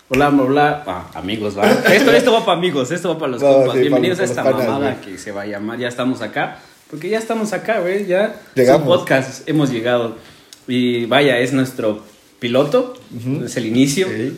Hola, hola, amigos, ¿va? Esto va para amigos, esto va para los compas. Sí, bienvenidos para a esta panas, mamada güey. que se va a llamar. Ya estamos acá, porque ya estamos acá, güey. Ya Llegamos. es un podcast, hemos llegado. Y vaya, es nuestro piloto, es el inicio. Sí.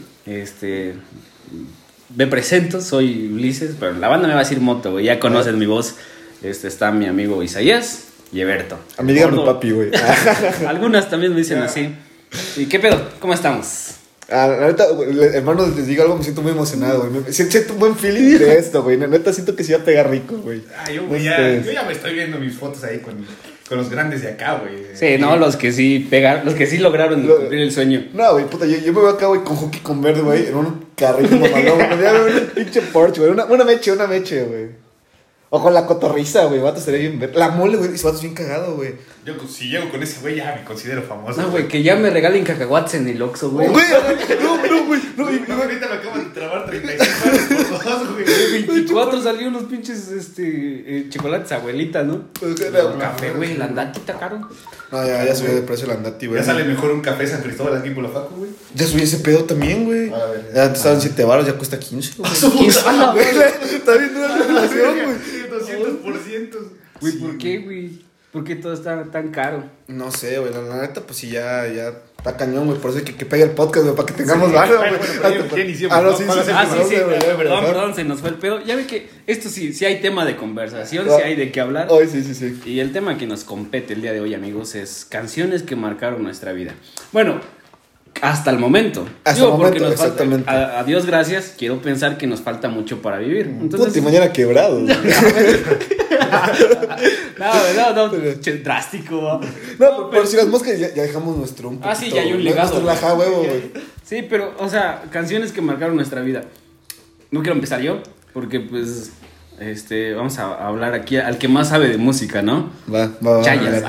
Me presento, soy Ulises, pero la banda me va a decir Moto, güey. Ya conocen mi voz. Está mi amigo Isaías y Eberto. A mí dígame papi, güey. Algunas también me dicen así. ¿Y qué pedo? ¿Cómo estamos? La neta, hermano, les digo algo, me siento muy emocionado, güey. Siento un buen feeling de esto, güey. La neta, siento que sí va a pegar rico, güey. Yo ya me estoy viendo mis fotos ahí con los grandes de acá, güey. Sí, no, los que sí pegaron, los que sí lograron cumplir el sueño. No, güey, puta, yo me voy acá, güey, con hockey con verde, güey, en un carrito mamalón, güey. Ya me un pinche Porsche, güey. Una meche, güey. O con la cotorriza, güey, vato, sería bien ver. La mole, güey, ese vato es bien cagado, güey. Yo, si llego con ese güey, ya me considero famoso. No, güey, que ya me regalen cacahuates en el Oxxo, güey. Güey, güey. No, ahorita me acaban de trabar 35 pesos por dos, güey. 24 salió unos pinches, chocolates abuelita, ¿no? No, Café, güey, el andati está caro. No, ya subió de precio el andati, güey. Ya sale mejor un café San Cristóbal aquí por la facu, güey. Ya subí ese pedo también, güey. A ver. Ya antes estaban 7 baros, ya cuesta 15, güey. Ah, Güey, está viendo una inflación, güey. 200%. Güey, ¿por qué, güey? ¿Por qué todo está tan caro? No sé, güey, la neta, pues sí, ya está cañón, güey. Por eso hay que pegue el podcast, güey, para que tengamos barro, güey. ¿Quién inició? Sí, perdón, se nos fue el pedo. Ya ve que esto sí hay tema de conversación, sí hay de qué hablar. Hoy sí. Y el tema que nos compete el día de hoy, amigos, es canciones que marcaron nuestra vida. Bueno, hasta el momento. Hasta el momento, porque nos exactamente. falta, a Dios gracias, quiero pensar que nos falta mucho para vivir. Entonces, Puta, y mañana quebrado, güey. no, drástico. ¿Va? No, pero si las moscas ya dejamos nuestro un Sí, ya hay un legado. Nuestro laja huevo, güey. Sí, pero, o sea, canciones que marcaron nuestra vida. No quiero empezar yo, porque pues, vamos a hablar aquí al que más sabe de música, ¿no? Va. Chayas.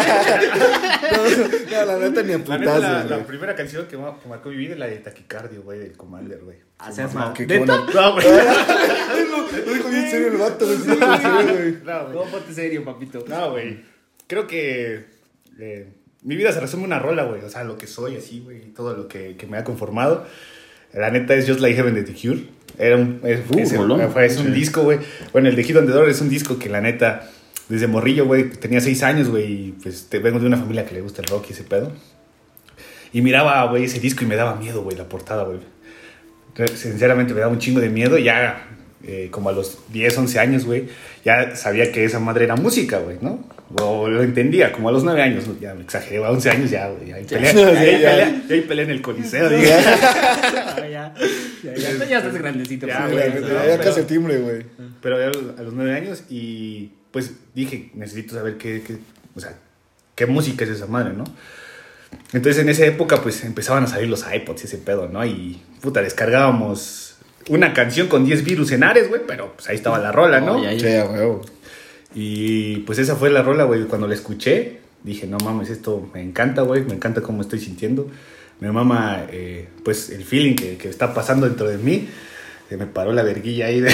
No, la neta ni a La neta, putazos, la güey. primera canción que marcó mi vida es la de Taquicardio, güey, del Commander, güey. Seas mal. Qué ¿Neta? bueno. No, güey. Lo dijo bien serio el vato, güey. Sí, güey. No, güey. No, ponte serio, papito. No, güey. Creo que mi vida se resume en una rola, güey. O sea, lo que soy así, güey. Y todo lo que me ha conformado. La neta es Just Like Heaven de The Cure. Es un disco, güey. Bueno, el de Hit on the Door es un disco que la neta, desde morrillo, güey, tenía 6 años, güey. Y pues vengo de una familia que le gusta el rock y ese pedo. Y miraba, güey, ese disco y me daba miedo, güey, la portada, güey. Sinceramente me daba un chingo de miedo. Ya, como a los 10, 11 años, güey, ya sabía que esa madre era música, güey, ¿no? O lo entendía, como a los 9 años, ya me exageré, a 11 años ya, güey. Ahí peleé en el Coliseo, digo. Ya estás grandecito. Ya, pues, güey, ¿no? Ya casi el timbre, güey. Pero a los 9 años y pues dije, necesito saber qué música es esa madre, ¿no? Entonces en esa época pues empezaban a salir los iPods y ese pedo, ¿no? Y puta, descargábamos una canción con 10 virus en Ares, güey, pero pues ahí estaba la rola, ¿no? Sí, a huevo. Y pues esa fue la rola, güey. Cuando la escuché, dije, no mames, esto me encanta, güey. Me encanta cómo estoy sintiendo. Me mama, pues, el feeling que está pasando dentro de mí. Se me paró la verguilla ahí de...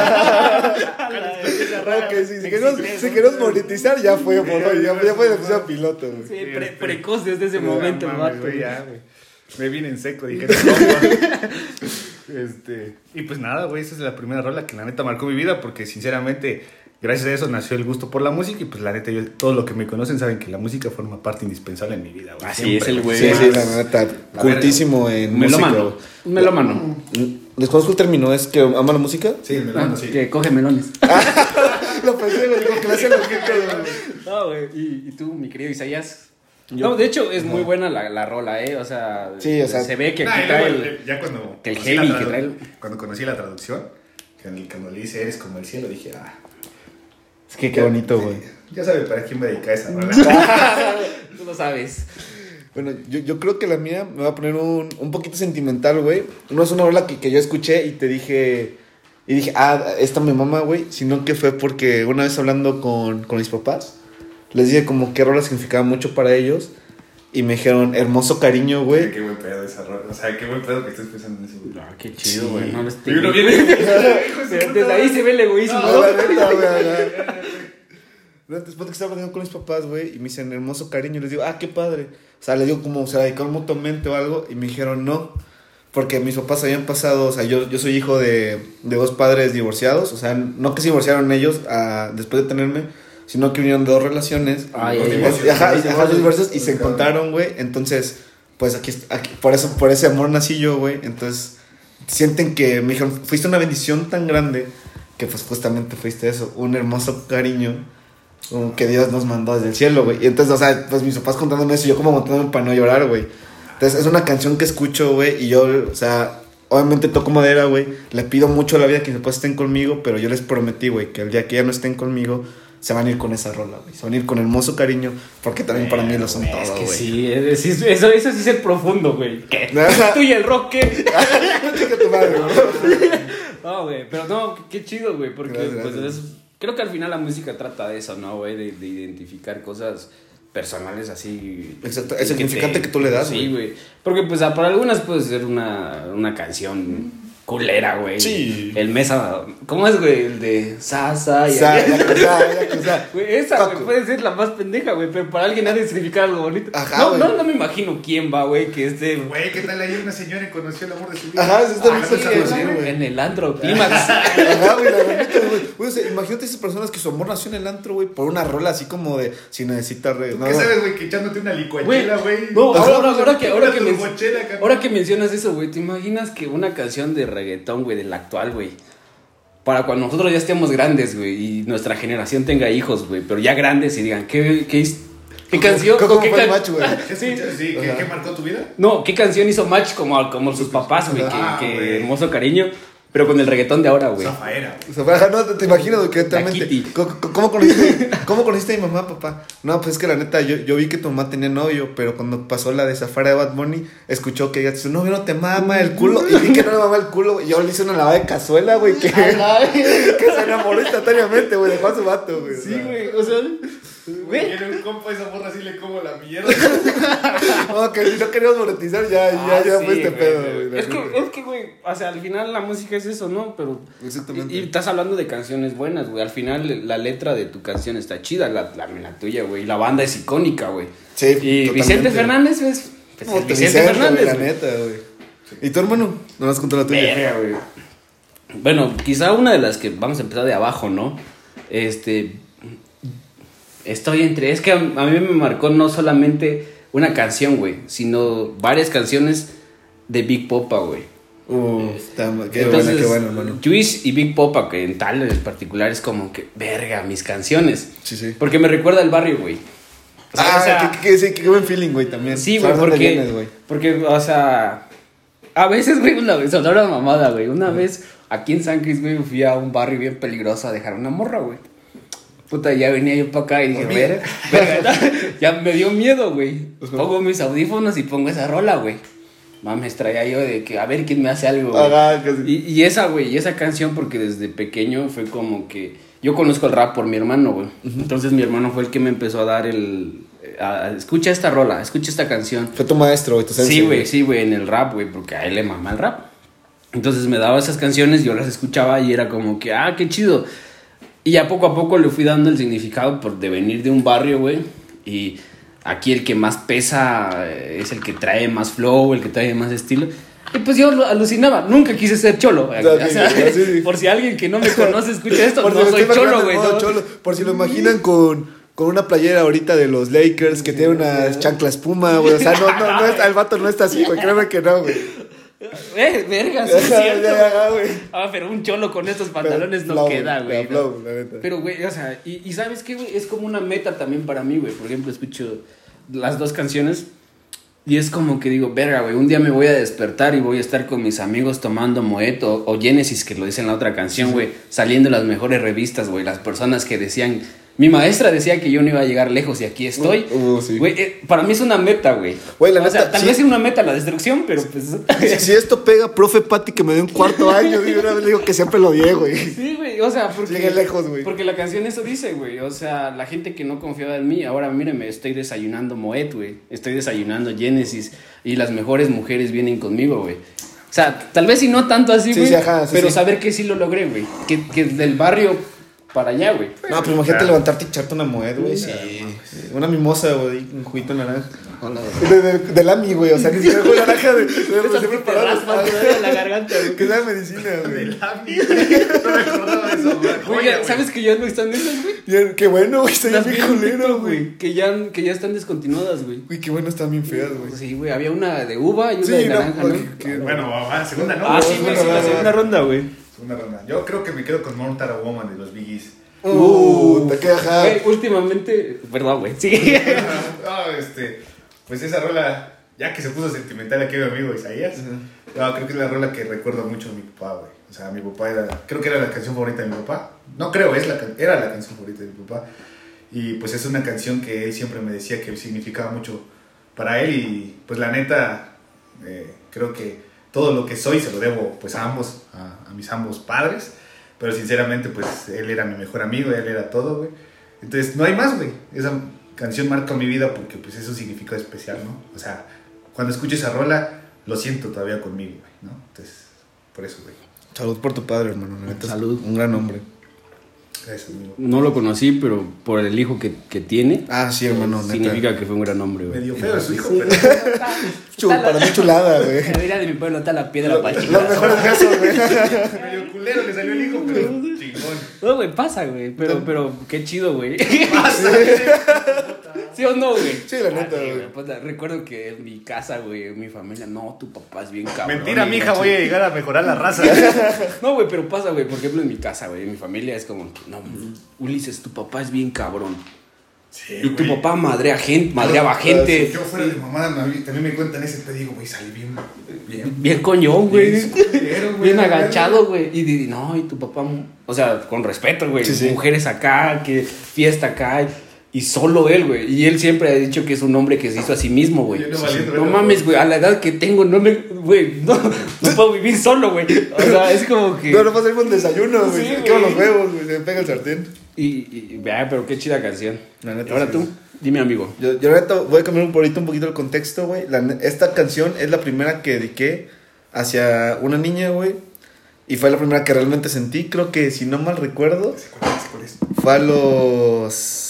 Si queremos monetizar, ya fue, por hoy. Ya fue de episodio piloto, güey. Sí, precoz desde ese momento, el vato. güey, ya, güey. Me vine en seco, dije, y pues nada, güey, esa es la primera rola que la neta marcó mi vida, porque sinceramente, gracias a eso nació el gusto por la música, y pues la neta, todos los que me conocen saben que la música forma parte indispensable en mi vida, güey. Así es el güey. Sí, la neta, cultísimo en música, güey. Un melómano. Desconozco el término, ¿es que ama la música? Sí, me lo sí. Que coge melones. Lo pensé, güey, como que le hacen los gritos, güey. No, güey. ¿Y tú, mi querido Isaías? No, de hecho, es muy buena la rola, ¿eh? O sea, sí, o sea, se ve que Nah, aquí y trae luego, el... ya cuando que el conocí heavy la que trae el... Cuando conocí la traducción, cuando le dice eres como el cielo, dije, Es que qué bonito, güey. ya sabe para quién me dedica esa rola. Tú lo sabes. Bueno, yo creo que la mía me va a poner un poquito sentimental, güey. No es una rola que yo escuché y te dije... Y dije, esta me mama, güey. Sino que fue porque una vez hablando con mis papás, les dije como qué rola significaba mucho para ellos. Y me dijeron, hermoso cariño, güey. Qué buen pedo esa rola. O sea, qué buen pedo que estés pensando en eso, güey. Qué chido, güey. No, Y uno viene... desde ahí se ve el egoísmo. No, la neta, güey. Después de que estaba hablando con mis papás, güey, y me dicen hermoso cariño, les digo, qué padre. O sea, les digo como se dedicaron mutuamente o algo, y me dijeron, no, porque mis papás habían pasado, o sea, yo soy hijo de 2 padres divorciados, o sea, no que se divorciaron ellos después de tenerme, sino que vinieron de 2 relaciones. Los divorcios y se encontraron, güey. Entonces, pues aquí por ese amor nací yo, güey. Entonces, sienten que me dijeron, fuiste una bendición tan grande que pues justamente fuiste eso, un hermoso cariño que Dios nos mandó desde el cielo, güey. Y entonces, o sea, pues mis papás contándome eso y yo como montándome para no llorar, güey. Entonces, es una canción que escucho, güey, y yo, o sea, obviamente toco madera, güey. Le pido mucho a la vida que después estén conmigo, pero yo les prometí, güey, que el día que ya no estén conmigo, se van a ir con esa rola, güey. Se van a ir con hermoso cariño, porque también para mí lo son todo, güey. Sí, eso sí es el profundo, güey. ¿Qué? Tú y el rock, ¿qué? No, güey, pero no, qué chido, güey, porque gracias. Creo que al final la música trata de eso, ¿no, güey? De identificar cosas personales así. Exacto, el significante que tú le das, güey. Sí, güey. Porque pues para algunas puede ser una canción culera, güey. Sí. El Mesa, ¿cómo es, güey? El de Sasa. Güey, esa, güey, puede ser la más pendeja, güey, pero para alguien ha de significar algo bonito. Ajá, no me imagino quién va, güey, que Güey, ¿qué tal ahí una señora y conoció el amor de su vida? Ajá, eso está sí, güey. En el antro, clímax. Ajá, güey, la neta, güey. O sea, imagínate esas personas que su amor nació en el antro, güey, por una rola así como de sin necesitar ¿Tú qué sabes, güey? Que echándote una licuachela, güey. No, ahora que mencionas eso, güey, ¿te imaginas que una canción de reggaetón, güey, de la actual, güey, para cuando nosotros ya estemos grandes, güey, y nuestra generación tenga hijos, güey, pero ya grandes y digan, ¿qué canción? ¿Cómo fue el match, güey? Sí, ¿qué marcó tu vida? No, ¿qué canción hizo match como sus papás, güey? Que hermoso cariño. Pero con el reggaetón de ahora, güey. Zafaera. No, te imagino que realmente. ¿Cómo conociste a mi mamá, papá? No, pues es que la neta, yo vi que tu mamá tenía novio, pero cuando pasó la de Zafara de Bad Bunny, escuchó que ella dice, no, no te mama el culo. Y vi que no le mama el culo. Y yo le hice una lavada de cazuela, güey, que se enamoró instantáneamente, güey, dejó a su vato, güey. Sí, güey, o sea. Güey, tiene un compa esa morra así le como la mierda. No, que si no queríamos monetizar, ya fue este pedo, güey. Es que, güey, o sea, al final la música es eso, ¿no? Pero. Exactamente. Y estás hablando de canciones buenas, güey. Al final la letra de tu canción está chida, la tuya, güey. Y la banda es icónica, güey. Sí, y totalmente. Vicente Fernández es. Vicente Fernández, la neta, güey. ¿Y tu hermano? No vas a contar la tuya. Verga, güey. Bueno, quizá una de las que vamos a empezar de abajo, ¿no? Estoy entre... Es que a mí me marcó no solamente una canción, güey, sino varias canciones de Big Popa, güey. Qué bueno, hermano. Juice y Big Popa, que en tal en particular es como que, verga, mis canciones. Sí. Porque me recuerda al barrio, güey. Qué buen feeling, güey, también. Sí, güey, porque, o sea, a veces, güey, una vez, sonora mamada, güey, una vez aquí en San Cris, güey, fui a un barrio bien peligroso a dejar una morra, güey. Puta, ya venía yo para acá y dije, verga, ya me dio miedo, güey. Pongo mis audífonos y pongo esa rola, güey. Mames, traía yo de que a ver quién me hace algo, güey. Y esa, güey, y esa canción, porque desde pequeño fue como que... Yo conozco el rap por mi hermano, güey. Entonces mi hermano fue el que me empezó a dar escucha esta rola, escucha esta canción. Fue tu maestro, güey, tu sensei. Sí, güey, en el rap, güey, porque a él le mama el rap. Entonces me daba esas canciones, yo las escuchaba y era como que, qué chido. Y ya poco a poco le fui dando el significado de venir de un barrio, güey. Y aquí el que más pesa es el que trae más flow, el que trae más estilo. Y pues yo alucinaba. Nunca quise ser cholo. Sí. Por si alguien que no me conoce escucha esto, no soy cholo, güey. No. Por si lo imaginan con una playera ahorita de los Lakers que tiene unas chanclas Puma, güey. O sea, no, el vato no está así, güey. Créeme que no, güey. Verga, sí es cierto. Pero un cholo con estos pantalones no queda, güey. Pero, güey, o sea, y ¿sabes qué, güey? Es como una meta también para mí, güey. Por ejemplo, escucho las 2 canciones y es como que digo, verga, güey, un día me voy a despertar y voy a estar con mis amigos tomando Moet o Genesis, que lo dice en la otra canción, güey, saliendo en las mejores revistas, güey. Las personas que decían... Mi maestra decía que yo no iba a llegar lejos y aquí estoy. Sí. Güey, para mí es una meta, güey. O sea, tal vez es una meta la destrucción, pero pues... Si esto pega, profe Pati, que me dio un 4º año, digo, una vez le digo que siempre lo odié, güey. Sí, güey, o sea, porque... Llegué lejos, güey. Porque la canción eso dice, güey. O sea, la gente que no confiaba en mí, ahora míreme, estoy desayunando Moet, güey. Estoy desayunando Genesis y las mejores mujeres vienen conmigo, güey. O sea, tal vez si no tanto así, güey, pero saber que sí lo logré, güey. Que del barrio... para allá, güey. No, pero imagínate levantarte y echarte una Moet, güey. Sí. Una mimosa, güey, un juguito de naranja. Hola. Del AMI, güey. O sea, ni siquiera fue naranja de siempre Te raspa todavía la garganta, güey. Que es la medicina, güey. Del AMI. No me acordaba de eso, güey. Oye, ¿sabes que ya no están esas, güey? Qué bueno, güey. Está Las bien vi en culero, TikTok, güey. Que ya están descontinuadas, güey. Uy, qué bueno, están bien feas, güey. Sí, güey, había una de uva y una Sí, de no, naranja, ¿no? Bueno, va, segunda, ¿no? Ah, sí, güey, sí, la segunda ronda, güey. Segunda ronda. Yo creo que me quedo con Mortal Woman de los Bee Gees. Te queda ajá. Güey, últimamente, perdón, güey, sí. Pues esa rola, ya que se puso sentimental aquí mi amigo Isaías, no, creo que es la rola que recuerdo mucho a mi papá, güey. O sea, mi papá creo que era la canción favorita de mi papá. No creo, era la canción favorita de mi papá. Y pues es una canción que él siempre me decía que significaba mucho para él. Y pues la neta, creo que todo lo que soy se lo debo pues a ambos, a mis ambos padres. Pero sinceramente, pues él era mi mejor amigo, él era todo, güey. Entonces, no hay más, güey. Esa canción marca mi vida porque pues eso significó especial, ¿no? O sea, cuando escucho esa rola, lo siento todavía conmigo, güey, ¿no? Entonces, por eso, güey. Salud por tu padre, hermano. La neta, Salud. Un gran hombre. Gracias, amigo. No lo conocí, pero por el hijo que tiene, Ah, sí, hermano. Neta. significa que fue un gran hombre, güey. Medio feo es su hijo, Sí. pero Para mí chulada, güey. Mira, de mi pueblo está la piedra para Los mejores besos, güey. medio culero le salió el hijo, pero chingón. No, güey, pasa, güey. Pero qué chido, güey. Pasa, ¿Sí o no, güey? Sí, la neta, sí, güey. Puta, recuerdo que en mi casa, güey, en mi familia, no, tu papá es bien cabrón. Mentira, y mija, la voy a llegar a mejorar la raza. No, güey, pero pasa, güey. Por ejemplo, en mi casa, güey, en mi familia es como, no, Ulises, tu papá es bien cabrón. Sí, Y tu güey. papá madreaba gente. Yo fuera de mamada también me cuentan ese te digo, güey, salí bien. Bien coñón, güey. Bien culero, güey. Bien agachado, güey. Y no, y tu papá, o sea, con respeto, güey. Sí, sí. Mujeres acá, que fiesta acá. Y solo él, güey. Y él siempre ha dicho que es un hombre que se hizo a sí mismo, güey. Yo no valiendo, No güey. mames, güey. A la edad que tengo, güey, no puedo vivir solo, güey. O sea, es como que. No, no pasa un desayuno, güey. Sí, Se queman güey. los huevos, güey. Se me pega el sartén. Pero qué chida canción. La neta, Ahora sí. tú, dime, amigo. Yo ahorita voy a cambiar un poquito el contexto, güey. Esta canción es la primera que dediqué hacia una niña, güey. Y fue la primera que realmente sentí. Creo que, si no mal recuerdo, ¿Cuál es? fue a los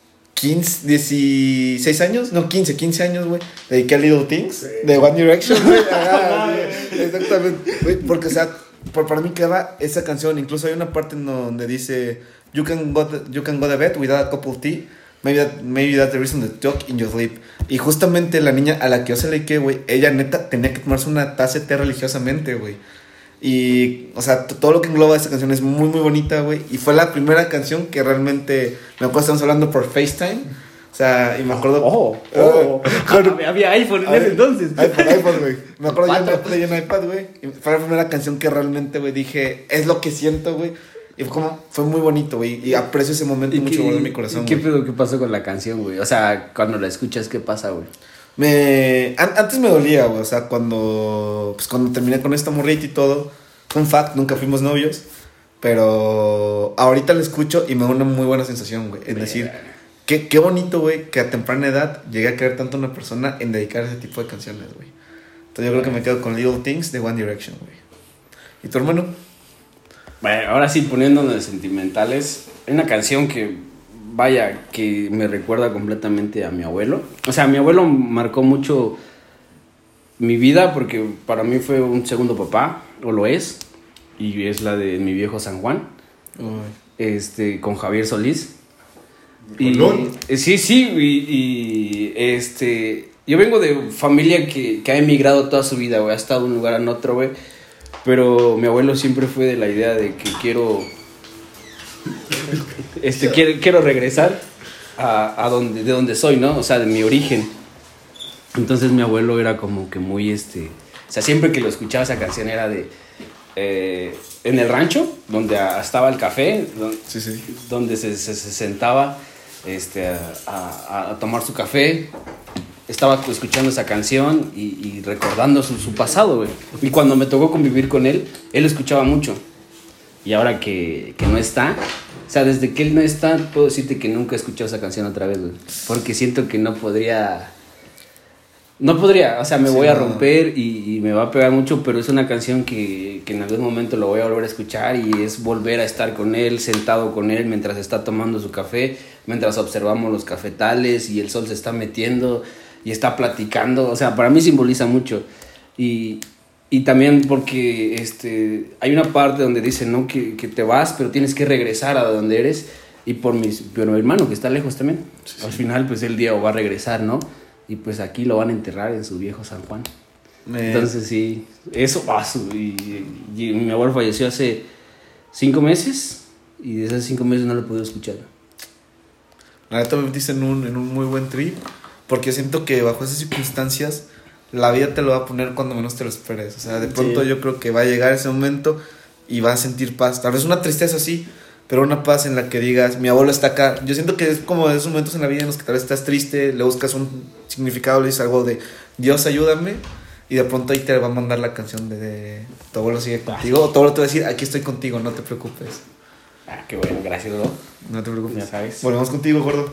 16 años. No, 15 años, güey. Dediqué a Little Things Sí. de One Direction, güey. Ajá, sí, exactamente. Güey, porque, o sea, para mí quedaba esa canción. Incluso hay una parte en donde dice: You can go to bed without a cup of tea. Maybe that's the reason to talk in your sleep. Y justamente la niña a la que yo se le dediqué, güey, ella neta tenía que tomarse una taza de té religiosamente, güey. Y, o sea, todo lo que engloba esta canción es muy, muy bonita, güey. Y fue la primera canción que realmente, me acuerdo, estamos hablando por FaceTime. O sea, y me acuerdo... Había iPhone en ese entonces. iPhone, güey. Me acuerdo Pato. yo en iPad, güey. Y fue la primera canción que realmente, güey, dije, es lo que siento, güey. Y fue muy bonito, güey. Y aprecio ese momento mucho, güey, en mi corazón, ¿Qué güey. pedo? ¿Qué pasó con la canción, güey? O sea, cuando la escuchas, ¿qué pasa, güey? Antes me dolía, güey. O sea, cuando terminé con esta morrita y todo. Fun fact, nunca fuimos novios. Pero ahorita la escucho y me da una muy buena sensación, güey. En decir, qué bonito, güey, que a temprana edad llegué a querer tanto a una persona en dedicar ese tipo de canciones, güey. Entonces yo creo que me quedo con Little Things de One Direction, güey. ¿Y tu hermano? Bueno, ahora sí, poniéndonos sentimentales, hay una canción que, vaya, que me recuerda completamente a mi abuelo. O sea, mi abuelo marcó mucho mi vida porque para mí fue un segundo papá, o lo es, y es la de mi viejo San Juan, con Javier Solís. Y, sí, yo vengo de familia que ha emigrado toda su vida, güey, ha estado de un lugar a otro, güey. Pero mi abuelo siempre fue de la idea de que quiero regresar de donde soy, ¿no? O sea, de mi origen. Entonces mi abuelo era como que muy, o sea, siempre que lo escuchaba esa canción era de, en el rancho, donde estaba el café, donde se sentaba, a tomar su café. Estaba escuchando esa canción y recordando su pasado, güey. Y cuando me tocó convivir con él lo escuchaba mucho. Y ahora que no está, o sea, desde que él no está, puedo decirte que nunca he escuchado esa canción otra vez, güey. Porque siento que no podría, o sea, me voy a romper y me va a pegar mucho, pero es una canción que en algún momento lo voy a volver a escuchar y es volver a estar con él, sentado con él mientras está tomando su café, mientras observamos los cafetales y el sol se está metiendo. y está platicando, o sea, para mí simboliza mucho. Y también porque hay una parte donde dice, ¿no? Que te vas, pero tienes que regresar a donde eres. Y por mi hermano, que está lejos también. Sí. Al final, pues, el día va a regresar, ¿no? Y pues aquí lo van a enterrar en su viejo San Juan. Entonces, sí, eso pasó. Y mi abuelo falleció hace 5 meses. Y desde hace 5 meses no lo he podido escuchar. La neta me metiste en un muy buen trip. Porque siento que bajo esas circunstancias la vida te lo va a poner cuando menos te lo esperes. O sea, de pronto yo creo que va a llegar ese momento y vas a sentir paz. Tal vez una tristeza sí, pero una paz en la que digas, mi abuelo está acá. Yo siento que es como de esos momentos en la vida en los que tal vez estás triste, le buscas un significado, le dices algo de Dios ayúdame, y de pronto ahí te va a mandar la canción de tu abuelo sigue contigo, o tu abuelo te va a decir, aquí estoy contigo, no te preocupes. Ah, qué bueno, gracias, bro. No te preocupes. Ya sabes. Volvemos contigo, gordo.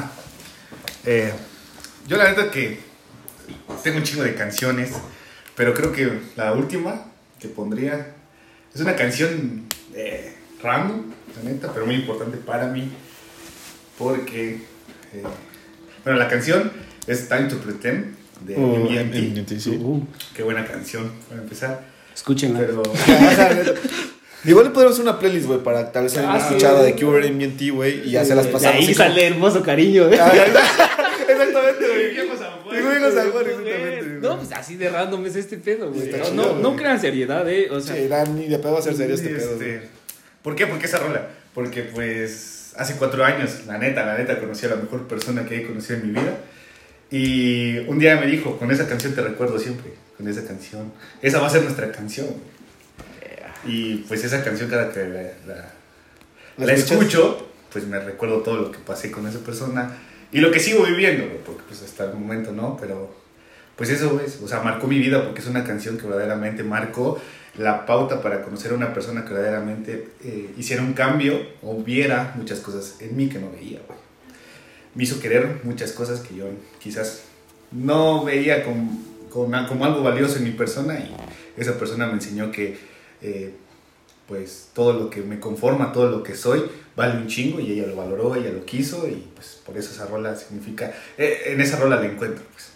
Yo la neta que tengo un chingo de canciones, pero creo que la última que pondría es una canción random, la neta, pero muy importante para mí, porque bueno, la canción es Time to Pretend de MGMT. Sí. Qué buena canción para empezar. Escúchenla. Pero igual le podemos hacer una playlist, güey, para tal vez haber escuchado de Cure, MGMT, güey, y ya se las pasamos. Ahí sale hermoso cariño, Exactamente, güey. Viejos San Juan. Exactamente. No, pues así de random es este pedo, güey. Está chido, No güey. crean seriedad, o sea. Sí, ni de pedo va a ser serio este pedo. ¿Por qué? ¿Por qué esa rola? Porque pues hace 4 años, la neta, conocí a la mejor persona que he conocido en mi vida. Y un día me dijo, con esa canción te recuerdo siempre, con esa canción. Esa va a ser nuestra canción. Y pues esa canción cada que la escucho, pues me recuerdo todo lo que pasé con esa persona y lo que sigo viviendo, porque pues hasta el momento no, pero pues eso es, o sea, marcó mi vida porque es una canción que verdaderamente marcó la pauta para conocer a una persona que verdaderamente hiciera un cambio o viera muchas cosas en mí que no veía, güey. Me hizo querer muchas cosas que yo quizás no veía como algo valioso en mi persona, y esa persona me enseñó que pues todo lo que me conforma, todo lo que soy vale un chingo, y ella lo valoró, ella lo quiso, y pues por eso esa rola significa, en esa rola la encuentro, pues.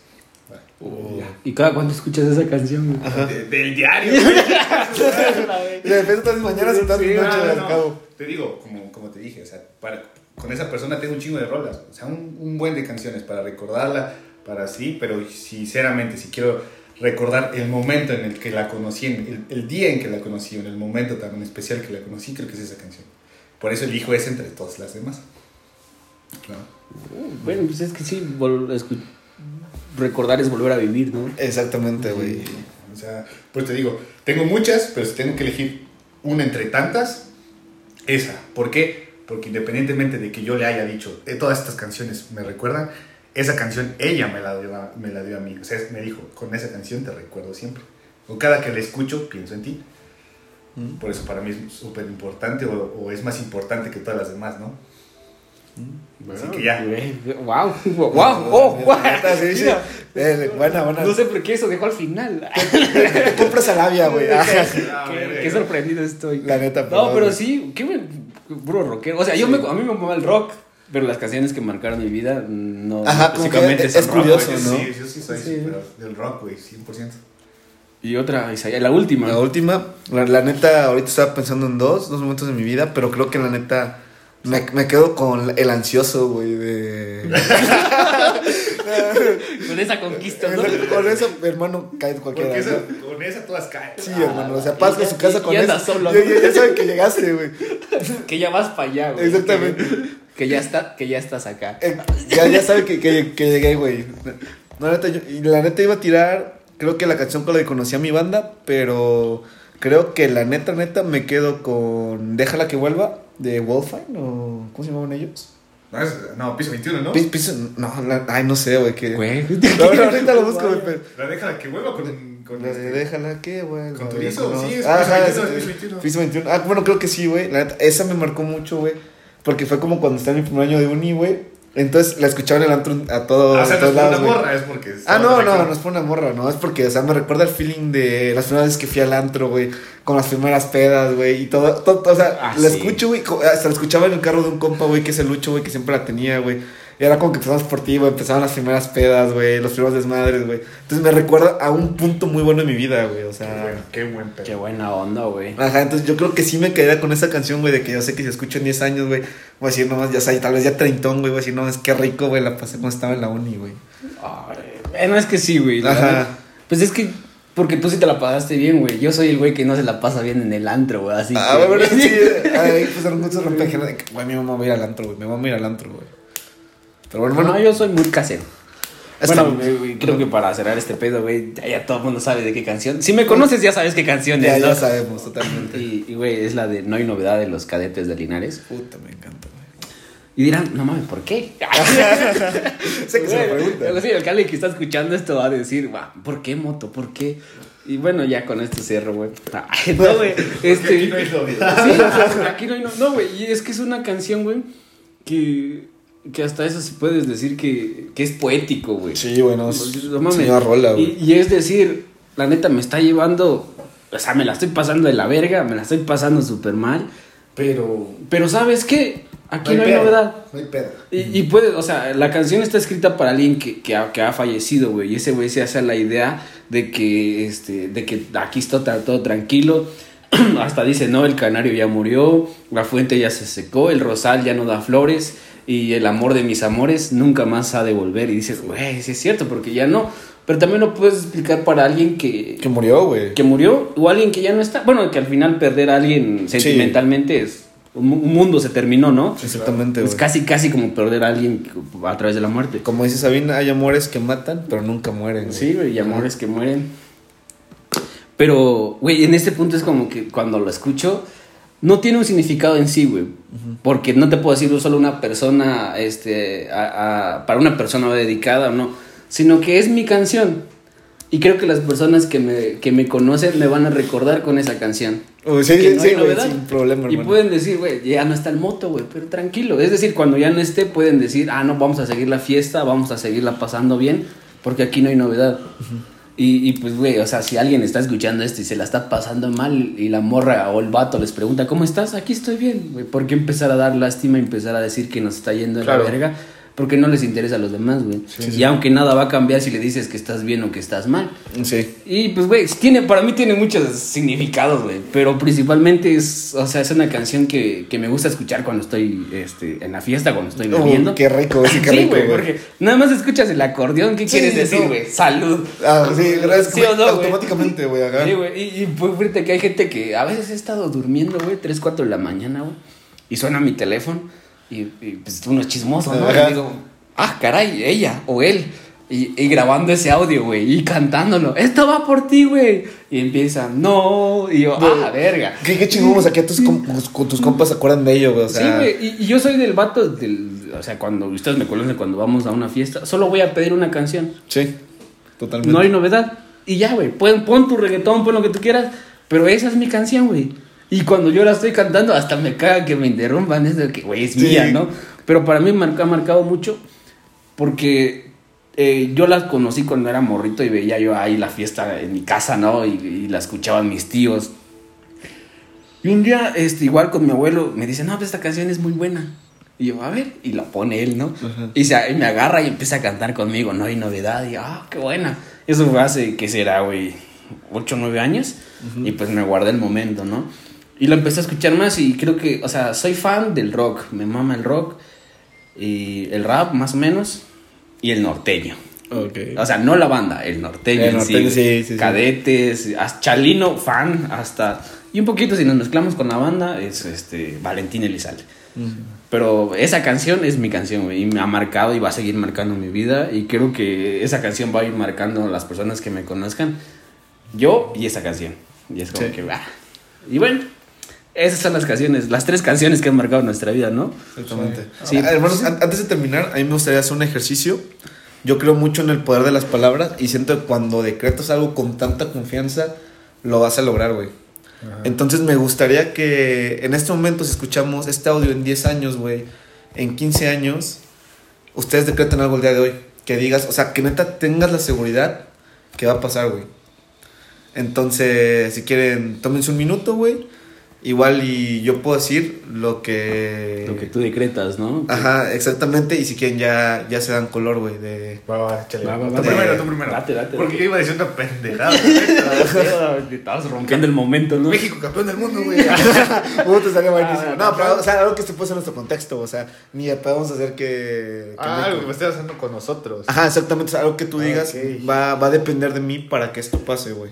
¿Y cada cuándo escuchas esa canción? Del diario, güey. Y de repente todas las mañanas y todas las noches al cabo. Te digo, como te dije, o sea, con esa persona tengo un chingo de rolas, o sea, un buen de canciones para recordarla, para sí, pero sinceramente, si quiero recordar el momento en el que la conocí, el día en que la conocí, en el momento tan especial que la conocí, creo que es esa canción. Por eso elijo esa entre todas las demás. Claro. Bueno, pues es que sí, recordar es volver a vivir, ¿no? Exactamente, güey. O sea, pues te digo, tengo muchas, pero si tengo que elegir una entre tantas, esa. ¿Por qué? Porque independientemente de que yo le haya dicho, todas estas canciones me recuerdan, esa canción ella me la dio a mí. O sea, me dijo, con esa canción te recuerdo siempre. O cada que la escucho, pienso en ti. Por eso para mí es súper importante, o es más importante que todas las demás, ¿no? Bueno, así que ya. Wow. Buena. No sé por qué eso dejó al final. Compras a labia, güey. Qué sorprendido estoy. La neta, no, pero sí, qué puro rockero. O sea, a mí me mama el rock, pero las canciones que marcaron mi vida no. Ajá, básicamente es curioso, rock, ¿no? Sí, yo sí soy súper del rock, güey, 100%. Y otra, Isaías, la última. La neta, ahorita estaba pensando en dos momentos de mi vida, pero creo que la neta me quedo con el ansioso, güey, de... Con esa conquista, ¿no? Con eso, hermano, cae cualquiera. Porque con esa todas caen. Sí, hermano, o sea, pasas a su casa con eso. Solo, ya saben que llegaste, güey. Que ya vas para allá, güey. Exactamente. Que ya estás acá. Ya saben que llegué, güey. La neta iba a tirar, creo que la canción con la que conocí a mi banda, pero creo que la neta me quedo con Déjala que vuelva de Wolfine, o ¿cómo se llamaban ellos? No, Piso 21, ¿no? No sé, güey. No, ahorita lo busco, güey. La Déjala que vuelva con la de Déjala que vuelva. Con Turizo, sí, es Piso 21. Piso 21. Bueno, creo que sí, güey. La neta, esa me marcó mucho, güey. Porque fue como cuando estaba en mi primer año de uni, güey. Entonces la escuchaba en el antro a todos o sea, todos no lados, es por una morra, es porque... No es por una morra, no. Es porque, o sea, me recuerda el feeling de las primeras veces que fui al antro, güey. Con las primeras pedas, güey. Y todo o sea, la escucho, güey. Hasta la escuchaba en el carro de un compa, güey, que es el Lucho, güey, que siempre la tenía, güey. Y era como que empezamos por ti, güey, empezaban las primeras pedas, güey, los primeros desmadres, güey. Entonces me recuerda a un punto muy bueno en mi vida, güey, o sea... Qué buen pedo. Qué buena onda, güey. Ajá, entonces yo creo que sí me quedaría con esa canción, güey, de que yo sé que si escucho en 10 años, güey, voy a decir nomás, ya sabes, tal vez ya treintón, güey, voy a decir, no, es que rico, güey, la pasé cuando estaba en la uni, güey. No, es que sí, güey. Ajá. Pues es que... Porque tú sí te la pasaste bien, güey. Yo soy el güey que no se la pasa bien en el antro, güey. Así que... bueno, sí. Ay, pues eran muchos rompejeras de que, güey, mi mamá va a ir al antro, güey. Mi mamá va a ir al antro, güey. Pero bueno, No, yo soy muy casero. Está Bueno, creo que para cerrar este pedo, güey, ya todo el mundo sabe de qué canción. Si me conoces, ya sabes qué canción es, ¿no? Ya sabemos, totalmente. Y, güey, es la de No hay novedad de los Cadetes de Linares. Puta, me encanta, güey. Y dirán, no mames, ¿por qué? Sé que se lo preguntan. Sí, el Cali que está escuchando esto va a decir, ¿por qué, moto? ¿Por qué? Y bueno, ya con esto cierro, güey. No, güey. Aquí no hay novedad. Sí, aquí no hay no, güey. Y es que es una canción, güey, que hasta eso se puedes decir que es poético, güey. Sí, bueno, No mames. señora rola, güey. Y es decir, la neta me está llevando, o sea, me la estoy pasando de la verga, me la estoy pasando súper mal. Pero ¿sabes qué? Aquí no hay novedad. No hay pedo. Y puede, o sea, la canción está escrita para alguien que ha fallecido, güey. Y ese güey se hace la idea de que aquí está todo tranquilo. Hasta dice, no, el canario ya murió, la fuente ya se secó, el rosal ya no da flores y el amor de mis amores nunca más ha de volver. Y dices, güey, sí es cierto, porque ya no. Pero también lo puedes explicar para alguien que murió, güey. Que murió o alguien que ya no está. Bueno, que al final perder a alguien sentimentalmente es... Un mundo se terminó, ¿no? Exactamente, güey. Es casi como perder a alguien a través de la muerte. Como dice Sabina, hay amores que matan, pero nunca mueren, güey. Sí, güey, y amores que mueren. Pero, güey, en este punto es como que cuando lo escucho, no tiene un significado en sí, güey. Porque no te puedo decir solo una persona, para una persona dedicada o no, sino que es mi canción. Y creo que las personas que me conocen me van a recordar con esa canción. Sí, que no hay güey, novedad. sin problema, hermano. Y pueden decir, güey, ya no está el moto, güey, pero tranquilo. Es decir, cuando ya no esté, pueden decir, no, vamos a seguir la fiesta, vamos a seguirla pasando bien, porque aquí no hay novedad. Y pues, güey, o sea, si alguien está escuchando esto y se la está pasando mal y la morra o el vato les pregunta, ¿cómo estás? Aquí estoy bien, güey. ¿Por qué empezar a dar lástima y empezar a decir que nos está yendo de la verga? Porque no les interesa a los demás, güey. Sí, y aunque nada va a cambiar si le dices que estás bien o que estás mal. Sí. Y pues, güey, para mí tiene muchos significados, güey. Pero principalmente es una canción que me gusta escuchar cuando estoy en la fiesta, cuando estoy bebiendo. Qué rico, sí, qué rico, güey. Porque nada más escuchas el acordeón, ¿qué quieres decir, güey? Salud. Sí, gracias. ¿Sí o no, automáticamente, güey, acá. Sí, güey. Y pues fíjate que hay gente que a veces he estado durmiendo, güey, 3, 4 de la mañana, güey. Y suena mi teléfono. Y pues uno es chismoso, ¿no? Y digo, caray, ella o él. Y grabando ese audio, güey, y cantándolo. Esto va por ti, güey. Y empieza, no. Y yo, verga. Qué chingón, o sea, que con tus compas se acuerdan de ello, güey. O sea... Sí, güey. Y yo soy del vato o sea, cuando ustedes me conocen, cuando vamos a una fiesta, solo voy a pedir una canción. Sí, totalmente. No hay novedad. Y ya, güey. Pon tu reggaetón, pon lo que tú quieras. Pero esa es mi canción, güey. Y cuando yo la estoy cantando, hasta me caga que me interrumpan. Es de que, güey, es mía, ¿no? Pero para mí ha marcado mucho porque yo la conocí cuando era morrito y veía yo ahí la fiesta en mi casa, ¿no? Y la escuchaban mis tíos. Y un día, igual con mi abuelo, me dice, no, pues esta canción es muy buena. Y yo, a ver, y la pone él, ¿no? Uh-huh. Y me agarra y empieza a cantar conmigo, no hay novedad. Y qué buena. Eso fue hace, ¿qué será, güey? 8 o 9 años. Uh-huh. Y pues me guardé el momento, ¿no? Y lo empecé a escuchar más y creo que, o sea, soy fan del rock. Me mama el rock y el rap, más o menos, y el norteño. Okay. O sea, no la banda, el norteño. El norteño, sí. Cadetes, Chalino, fan, hasta... Y un poquito, si nos mezclamos con la banda, es Valentín Elizalde. Uh-huh. Pero esa canción es mi canción, güey, y me ha marcado y va a seguir marcando mi vida. Y creo que esa canción va a ir marcando a las personas que me conozcan. Yo y esa canción. Y es como que... Y bueno... Esas son las 3 canciones que han marcado nuestra vida, ¿no? Exactamente. Sí. Hermanos, antes de terminar, a mí me gustaría hacer un ejercicio. Yo creo mucho en el poder de las palabras y siento que cuando decretas algo con tanta confianza, lo vas a lograr, güey. Entonces me gustaría que en este momento, si escuchamos este audio en 10 años, güey, en 15 años, ustedes decreten algo el día de hoy. Que digas, o sea, que neta tengas la seguridad que va a pasar, güey. Entonces, si quieren, tómense un minuto, güey. igual y yo puedo decir lo que tú decretas, ¿no? Ajá, exactamente, y si quieren ya se dan color, güey, de... Va, échale. Va. Tú primero. Date. Porque yo iba a decir una pendejada. Estabas rompiendo el momento, ¿no? México, campeón del mundo, güey. Te salió buenísimo. No, pero, claro. o sea, algo que se puso en nuestro contexto, o sea, ni podemos hacer que Algo que me estés haciendo con nosotros. Ajá, exactamente, o sea, algo que tú digas Ok. va a depender de mí para que esto pase, güey.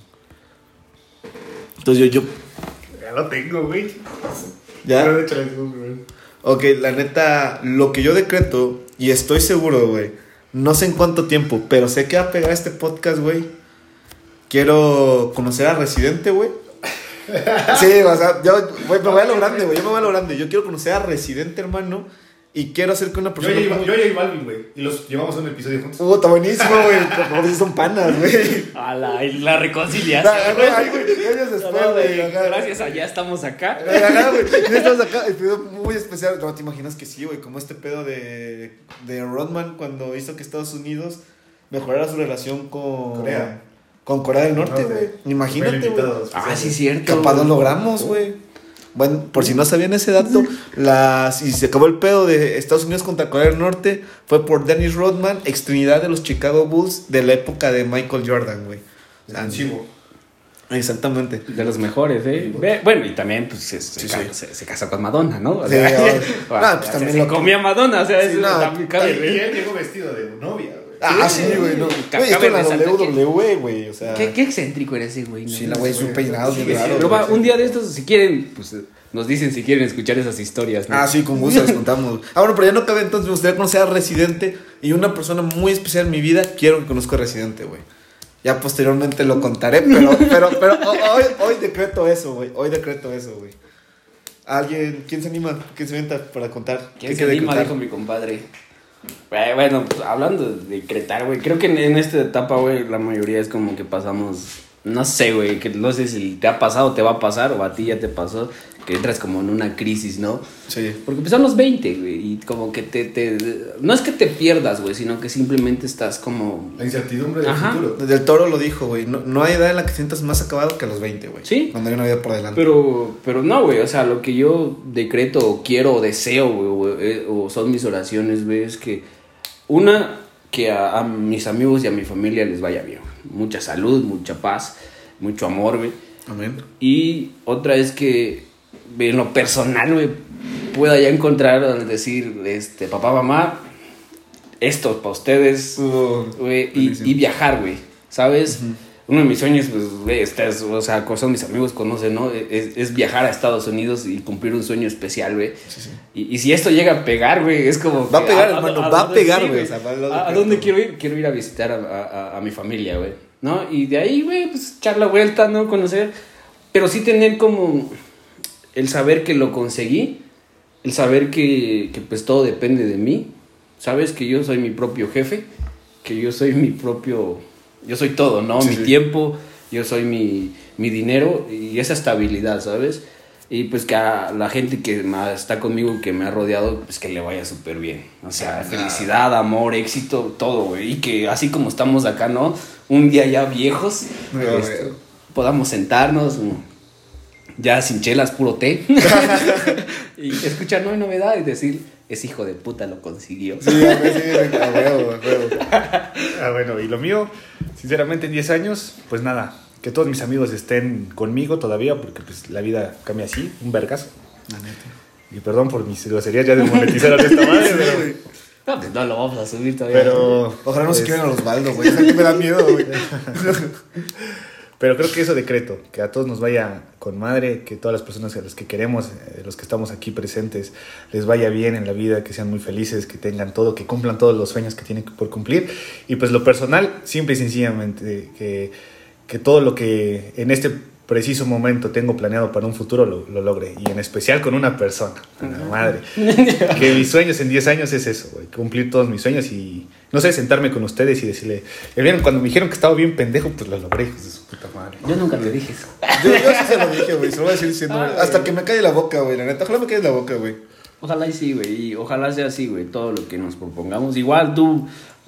Entonces yo... Ya lo tengo, güey. ¿Ya? Pero échale tú, güey. Ok, la neta, lo que yo decreto, y estoy seguro, güey, no sé en cuánto tiempo, pero sé que va a pegar este podcast, güey. Quiero conocer a Residente, güey. Sí, o sea, me voy a lo grande, güey, Yo quiero conocer a Residente, hermano, y quiero hacer que una Yo persona... y Balvin, güey. Y los llevamos a un episodio juntos. Está buenísimo, güey. Como si son panas, güey. La reconciliación. Ay, güey, años después, güey. Gracias a ya estamos acá. Ajá, güey. Ya estamos acá. El pedo muy especial. No te imaginas que sí, güey. Como este pedo de Rodman cuando hizo que Estados Unidos mejorara su relación con Corea. Con Corea del Norte, güey. Imagínate, güey. Sí, cierto. Capaz lo logramos, güey. Bueno, por si no sabían ese dato, si se acabó el pedo de Estados Unidos contra Corea del Norte, fue por Dennis Rodman, extrinidad de los Chicago Bulls de la época de Michael Jordan, güey. Antiguo. Exactamente. De los mejores, ¿eh? Bueno, y también pues, se casó con Madonna, ¿no? O Sí, sea, pues también se lo comía Madonna, o sea, Sí, eso no, también cabe, Y él llegó vestido de novia, güey. Sí, güey, no. Güey, Cabe esto en la resaltar WWE, güey, o sea. Qué excéntrico era ese güey, ¿no? Sí, la güey, su peinado Sí, bien raro. Pero va, güey. un día de estos, si quieren, pues nos dicen si quieren escuchar esas historias, ¿no? Sí, con gusto les contamos. Bueno, pero ya no cabe, entonces me gustaría conocer a Residente. Y una persona muy especial en mi vida, quiero que conozca a Residente, güey. Ya posteriormente lo contaré, pero hoy decreto eso, güey. ¿Quién se anima? ¿Quién se inventa para contar? ¿Quién se anima? Dijo mi compadre. Bueno, pues hablando de decretar, güey, creo que en esta etapa, güey, la mayoría es como que pasamos, no sé, güey, que no sé si te ha pasado, te va a pasar, o a ti ya te pasó, que entras como en una crisis, ¿no? Sí. Porque pues son los 20, güey, y como que no es que te pierdas, güey, sino que simplemente estás como... La incertidumbre del Ajá. futuro. Del Toro lo dijo, güey. No hay edad en la que sientas más acabado que a los 20, güey. Sí. Cuando hay una vida por delante. Pero no, güey, o sea, lo que yo decreto o quiero o deseo, güey, o son mis oraciones, güey, es que que a mis amigos y a mi familia les vaya bien. Mucha salud, mucha paz, mucho amor, güey. Amén. Y otra es que en lo personal, güey, pueda ya encontrar, decir, papá, mamá, esto para ustedes, güey, y viajar, güey, ¿sabes? Uh-huh. Uno de mis sueños, pues, güey, o sea, son mis amigos conocen, ¿no? Es viajar a Estados Unidos y cumplir un sueño especial, güey. Sí. Y si esto llega a pegar, güey, es como... Va a pegar, hermano, va a pegar, güey. ¿A dónde quiero ir? Quiero ir a visitar a mi familia, güey, ¿no? Y de ahí, güey, pues, echar la vuelta, ¿no? Conocer, pero sí tener como el saber que lo conseguí, el saber que pues, todo depende de mí, ¿sabes? Que yo soy mi propio jefe, que yo soy mi propio... Yo soy todo, ¿no? Sí, mi tiempo, yo soy mi dinero y esa estabilidad, ¿sabes? Y pues que a la gente que está conmigo, que me ha rodeado, pues que le vaya súper bien. O sea, felicidad, amor, éxito, todo, güey. Y que así como estamos acá, ¿no? Un día ya viejos, podamos sentarnos, ya sin chelas, puro té. Y escuchar, no hay novedad y decir... Ese hijo de puta lo consiguió. Sí, a huevo. Bueno, y lo mío, sinceramente, en 10 años, pues nada, que todos mis amigos estén conmigo todavía, porque pues la vida cambia así, un vergazo. La neta. Y perdón por mis groserías, ya desmonetizaron esta madre, pero... No, pues no lo vamos a subir todavía. Pero... Ojalá no se quieran a Osvaldo, güey. Es que me da miedo, güey. Pero creo que eso decreto, que a todos nos vaya con madre, que todas las personas a las que queremos, los que estamos aquí presentes, les vaya bien en la vida, que sean muy felices, que tengan todo, que cumplan todos los sueños que tienen por cumplir. Y pues lo personal, simple y sencillamente, que todo lo que en este preciso momento tengo planeado para un futuro lo logre. Y en especial con una persona, a la madre. Que mis sueños en 10 años es eso, güey, cumplir todos mis sueños y... No sé, sentarme con ustedes y decirle... ¿Vieron? Cuando me dijeron que estaba bien pendejo, pues lo logré, hijos de su puta madre. Yo nunca te dije eso. Yo sí se lo dije, güey. Se lo voy a decir diciendo... hasta que me calle la boca, güey. La neta, ojalá me calle la boca, güey. Ojalá y sí, güey. Y ojalá sea así, güey. Todo lo que nos propongamos. Igual tú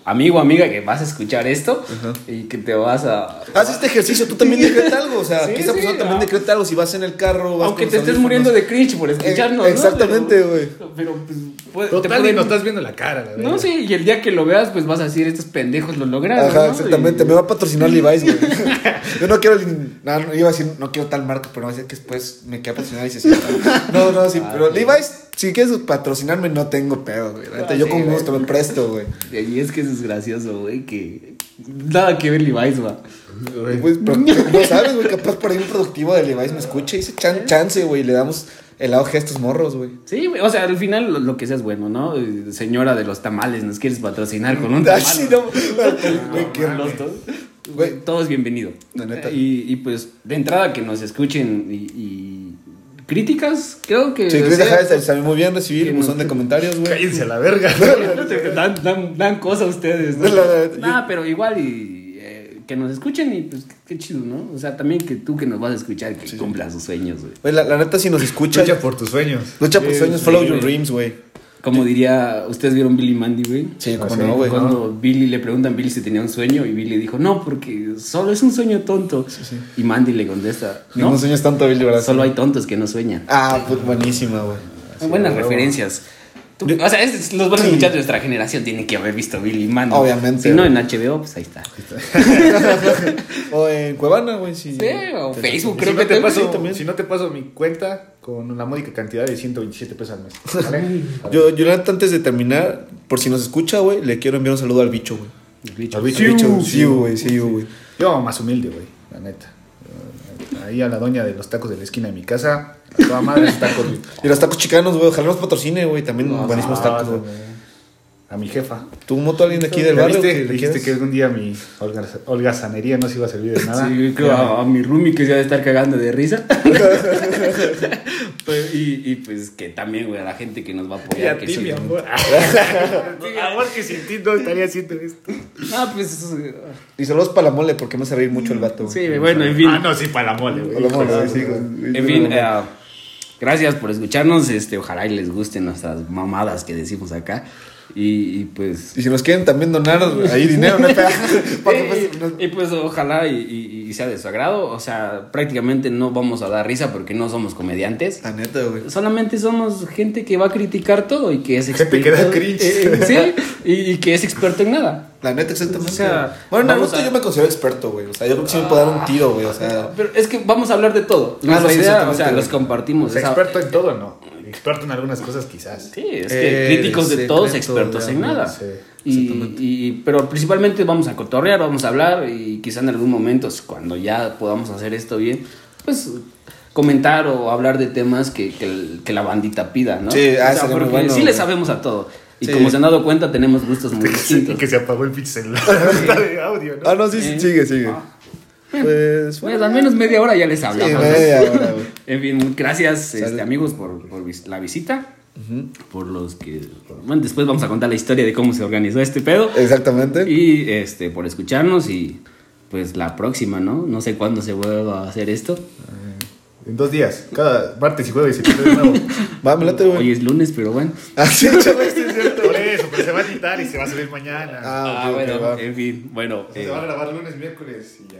amigo o amiga que vas a escuchar esto y que te vas a... Haz este ejercicio, tú también decreta algo. O sea, Sí, que esta persona también decreta algo. Si vas en el carro, vas Aunque con te los estés audífonos. muriendo de cringe por escucharnos, Exactamente, güey. Pero pues... Total, y nos estás viendo la cara, la verdad. No, sí, y el día que lo veas, pues vas a decir, estos pendejos lo lograron, Ajá, ¿no? exactamente. Me va a patrocinar Levi's, güey. Yo no quiero... No, iba a decir, no quiero tal marca, pero no decir que después me queda patrocinar y se sienta. No, sí, pero Levi's, si quieres patrocinarme, no tengo pedo, güey. La neta, yo sí, con güey. gusto me presto, güey. Y es que eso es gracioso, güey, que... Nada que ver Levi's, va. Pues, pero, no sabes, güey, capaz por ahí un productivo de Levi's me escucha y dice chance, güey, le damos el auge a estos morros, güey. Sí, güey, o sea, al final lo que sea es bueno, ¿no? Señora de los tamales, ¿nos quieres patrocinar con un tamal? Ah, sí, no, güey, qué Los dos. Güey. Todo es bienvenido. La neta. Y pues, de entrada que nos escuchen y críticas, creo que... Sí, o Chris, sea, sabe muy bien recibir que buzón no- de comentarios, güey. Cállense a la verga. dan cosas a ustedes, ¿no? Yo- Nah, pero igual que nos escuchen y pues qué chido, ¿no? O sea, también que tú que nos vas a escuchar, que cumpla sus sueños, güey. Güey, la neta, si nos escucha, Lucha por tus sueños. lucha por sueños, follow sí, your güey. dreams, güey. Como diría, ¿ustedes vieron Billy Mandy, güey? Sí, Ah, cómo sí, no, güey. Cuando Billy le preguntan a Billy si tenía un sueño y Billy dijo, no, porque solo es un sueño tonto. Y Mandy le contesta, No, no, sueñas tanto, Billy, ¿verdad? solo hay tontos que no sueñan. Ah, pues buenísima, güey. Son buenas referencias. O sea, los buenos muchachos de nuestra generación tienen que haber visto Billy Mandy. Obviamente, Si no, güey. en HBO, pues ahí está. O en Cuevana, güey, sí. Sí, o Facebook, Si creo no que te te paso, sí, también. si no te paso mi cuenta con una módica cantidad de 127 pesos al mes. ¿Vale? Yo, la neta, antes de terminar, por si nos escucha, güey, le quiero enviar un saludo al bicho, güey. El bicho. Al bicho. Al bicho, Sí, sí, güey, sí, güey. Yo más humilde, güey, la neta. Ahí a la doña de los tacos de la esquina de mi casa, a toda madre los tacos, güey. Y los tacos chicanos, güey, ojalá nos patrocine, güey, también buenísimos tacos, güey. A mi jefa. ¿Tú moto a alguien de aquí del ¿Le barrio? viste? que le Dijiste quieras? que algún día mi holgazanería no se iba a servir de nada. Sí, creo a mi roomie que se va a estar cagando de risa. y pues que también, güey, a la gente que nos va a Y apoyar. a que ti, soy- mi amor. Amor, que sin ti no estaría haciendo esto. No, pues... Y saludos para la mole, porque me hace reír mucho el vato, güey. Sí, bueno, en fin. Ah, no, sí, para la mole, güey. Para la mole, sí, güey. En fin, gracias por escucharnos. Ojalá y les gusten nuestras mamadas que decimos acá. Y pues... Y si nos quieren también donar ahí dinero, no hay pedo. Y pues ojalá y sea de su agrado. O sea, prácticamente no vamos a dar risa porque no somos comediantes. La neta, güey. Solamente somos gente que va a criticar todo y que es Gente que da cringe. sí, y que es experto en nada. La neta, exactamente. O sea, bueno, en vamos Naruto a- yo me considero experto, güey. O sea, yo creo que sí me puedo dar un tiro, güey. O sea, Pero es que vamos a hablar de todo. no, Nuestra sí, idea, o exactamente, sea, güey. los compartimos. O sea, esa- experto en todo, no. Experto en algunas cosas, quizás. Sí, es que críticos de todos, secreto expertos de en amor, nada. sí, Pero principalmente vamos a cotorrear, vamos a hablar y quizá en algún momento, cuando ya podamos hacer esto bien, pues comentar o hablar de temas que la bandita pida, ¿no? Sí, sería muy porque bueno, sí le güey. sabemos a todo. Y Sí. como se han dado cuenta, tenemos gustos muy Y distintos. que se apagó el pinche celular de audio, ¿no? Ah, no, sí, sigue. Pues, Pues al menos media hora ya les sí, hablamos. ¿no? media hora, güey. En fin, gracias Sale. amigos por la visita. Por los que... Bueno, después vamos a contar la historia de cómo se organizó este pedo. Exactamente. Y por escucharnos y pues la próxima, ¿no? No sé cuándo se vuelva a hacer esto. En 2 días. Cada martes y jueves se quita de nuevo. Va, me late, güey. Hoy es lunes, pero bueno. Ah, sí, chaval, sí, es cierto. Por eso, pero se va a editar y se va a subir mañana. Ah, ok, ok, va. en fin, bueno. Se va a grabar lunes, miércoles y ya.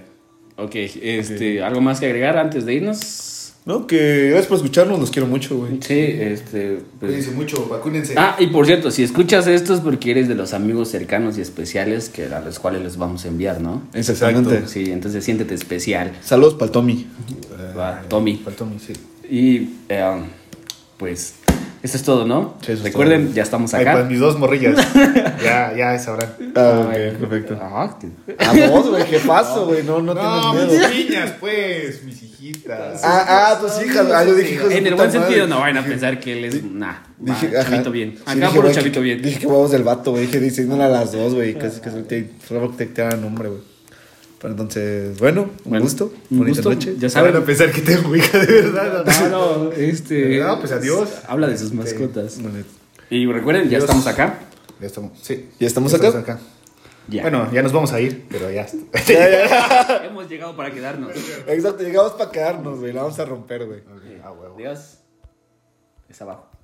Ok, ¿algo más que agregar antes de irnos? No, que gracias por escucharnos, los quiero mucho, güey. Sí, pues... Cuídense mucho, vacúnense. Ah, y por cierto, si escuchas esto es porque eres de los amigos cercanos y especiales a los cuales les vamos a enviar, ¿no? Exactamente. Sí, entonces siéntete especial. Saludos para el Tommy. Va, Tommy. Faltó mi, sí. Y pues eso es todo, ¿no? Sí, eso es Recuerden, todo. ya estamos Ay, acá. pues mis 2 morrillas. ya sabrán. Ah, Ay, ok, perfecto. ajá. A vos, güey, qué paso, güey. No No, tienes mis miedo. niñas, pues, mis hijitas. Tus hijas. Ah, yo dije hijos de En el puta buen sentido, madre. no vayan a pensar que él es. Nah, Dije, va, ajá. chavito bien. Sí, Acá dije, por un güey, chavito bien. Dije que huevos del vato, güey. Dije diciéndole a las dos, güey. Casi solo que te dan nombre, güey. Pero entonces, bueno, un gusto. Un Bonita gusto. noche. Ya Saben saben. a pensar que tengo hija de verdad. No, No, pues adiós. Habla de sus mascotas. Bueno, Y recuerden, ya Adiós. estamos acá. Ya estamos, sí. ¿Ya estamos acá? Ya. Bueno, ya nos vamos a ir, pero ya. Hemos llegado para quedarnos. Exacto, llegamos para quedarnos, güey. La vamos a romper, güey. Ah, huevo. Adiós. Es abajo.